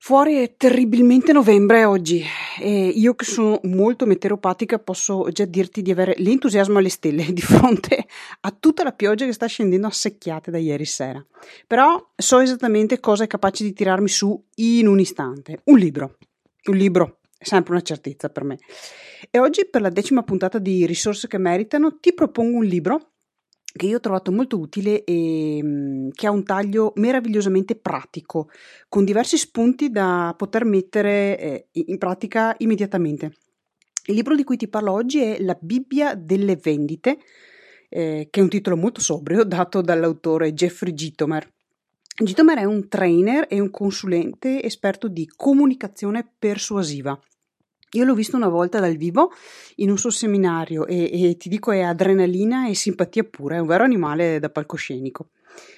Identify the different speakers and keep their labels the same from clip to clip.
Speaker 1: Fuori è terribilmente novembre oggi e io che sono molto meteoropatica posso già dirti di avere l'entusiasmo alle stelle di fronte a tutta la pioggia che sta scendendo a secchiate da ieri sera. Però so esattamente cosa è capace di tirarmi su in un istante. Un libro è sempre una certezza per me. E oggi per la 10ª puntata di Risorse che meritano ti propongo un libro che io ho trovato molto utile e che ha un taglio meravigliosamente pratico, con diversi spunti da poter mettere in pratica immediatamente. Il libro di cui ti parlo oggi è La Bibbia delle vendite, che è un titolo molto sobrio, dato dall'autore Jeffrey Gitomer. Gitomer è un trainer e un consulente esperto di comunicazione persuasiva. Io l'ho visto una volta dal vivo in un suo seminario e ti dico è adrenalina e simpatia pura, è un vero animale da palcoscenico.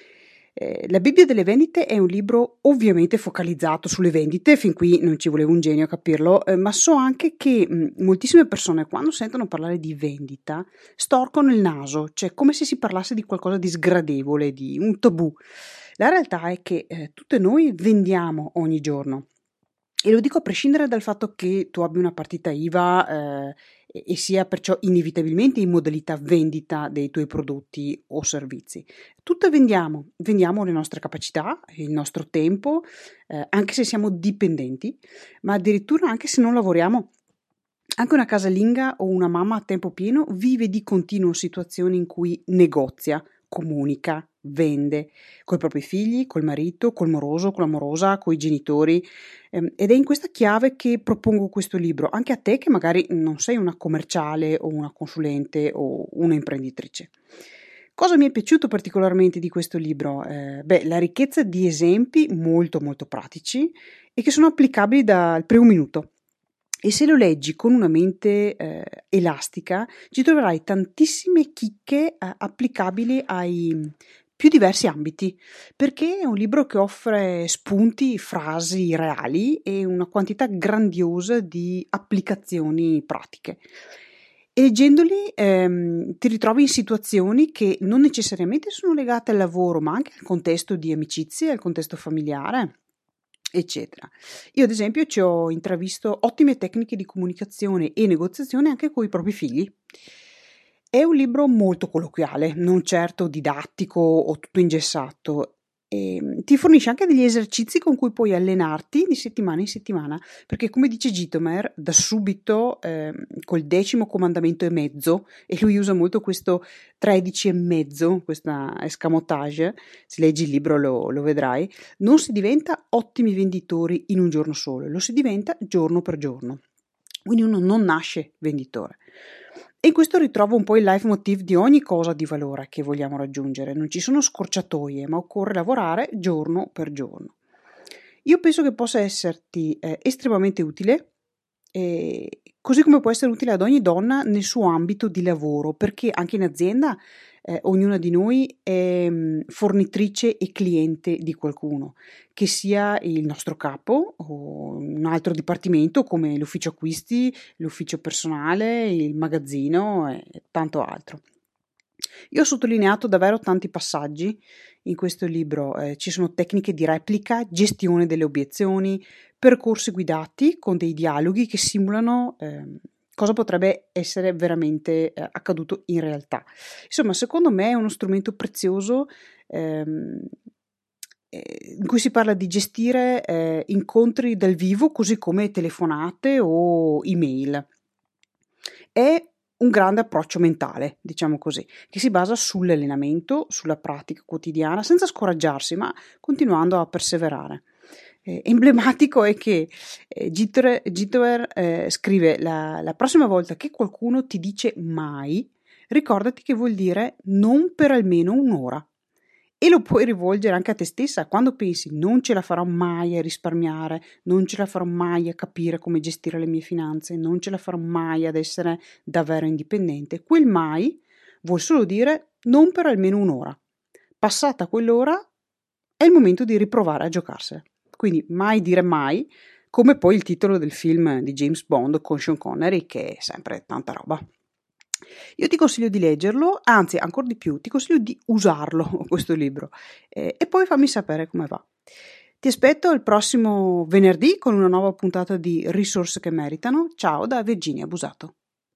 Speaker 1: La Bibbia delle vendite è un libro ovviamente focalizzato sulle vendite, fin qui non ci voleva un genio a capirlo, ma so anche che moltissime persone quando sentono parlare di vendita storcono il naso, cioè come se si parlasse di qualcosa di sgradevole, di un tabù. La realtà è che tutte noi vendiamo ogni giorno. E lo dico a prescindere dal fatto che tu abbia una partita IVA e sia perciò inevitabilmente in modalità vendita dei tuoi prodotti o servizi. Tutte vendiamo le nostre capacità, il nostro tempo, anche se siamo dipendenti, ma addirittura anche se non lavoriamo. Anche una casalinga o una mamma a tempo pieno vive di continuo situazioni in cui negozia, comunica, vende coi propri figli, col marito, col moroso, con l'amorosa, coi genitori. Ed è in questa chiave che propongo questo libro, anche a te che magari non sei una commerciale o una consulente o una imprenditrice. Cosa mi è piaciuto particolarmente di questo libro? La ricchezza di esempi molto molto pratici e che sono applicabili dal primo minuto. E se lo leggi con una mente elastica, ci troverai tantissime chicche applicabili ai più diversi ambiti, perché è un libro che offre spunti, frasi reali e una quantità grandiosa di applicazioni pratiche. E leggendoli ti ritrovi in situazioni che non necessariamente sono legate al lavoro, ma anche al contesto di amicizie, al contesto familiare, eccetera. Io ad esempio ci ho intravisto ottime tecniche di comunicazione e negoziazione anche coi propri figli. È un libro molto colloquiale, non certo didattico o tutto ingessato. E ti fornisce anche degli esercizi con cui puoi allenarti di settimana in settimana, perché come dice Gitomer, da subito col 10° comandamento e mezzo, e lui usa molto questo 13 e mezzo, questa escamotage, se leggi il libro lo vedrai, non si diventa ottimi venditori in un giorno solo, lo si diventa giorno per giorno. Quindi uno non nasce venditore. E in questo ritrovo un po' il leitmotiv di ogni cosa di valore che vogliamo raggiungere. Non ci sono scorciatoie, ma occorre lavorare giorno per giorno. Io penso che possa esserti estremamente utile, così come può essere utile ad ogni donna nel suo ambito di lavoro, perché anche in azienda ognuna di noi è fornitrice e cliente di qualcuno, che sia il nostro capo o un altro dipartimento come l'ufficio acquisti, l'ufficio personale, il magazzino e tanto altro. Io ho sottolineato davvero tanti passaggi in questo libro, ci sono tecniche di replica, gestione delle obiezioni, percorsi guidati con dei dialoghi che simulano cosa potrebbe essere veramente accaduto in realtà. Insomma, secondo me è uno strumento prezioso in cui si parla di gestire incontri dal vivo, così come telefonate o email. È un grande approccio mentale, diciamo così, che si basa sull'allenamento, sulla pratica quotidiana, senza scoraggiarsi, ma continuando a perseverare. Emblematico è che Gitomer scrive la prossima volta che qualcuno ti dice mai, ricordati che vuol dire non per almeno un'ora. E lo puoi rivolgere anche a te stessa quando pensi non ce la farò mai a risparmiare, non ce la farò mai a capire come gestire le mie finanze, non ce la farò mai ad essere davvero indipendente. Quel mai vuol solo dire non per almeno un'ora. Passata quell'ora è il momento di riprovare a giocarsela. Quindi mai dire mai, come poi il titolo del film di James Bond con Sean Connery, che è sempre tanta roba. Io ti consiglio di leggerlo, anzi ancora di più, ti consiglio di usarlo questo libro e poi fammi sapere come va. Ti aspetto il prossimo venerdì con una nuova puntata di Risorse che meritano. Ciao da Virginia Busato.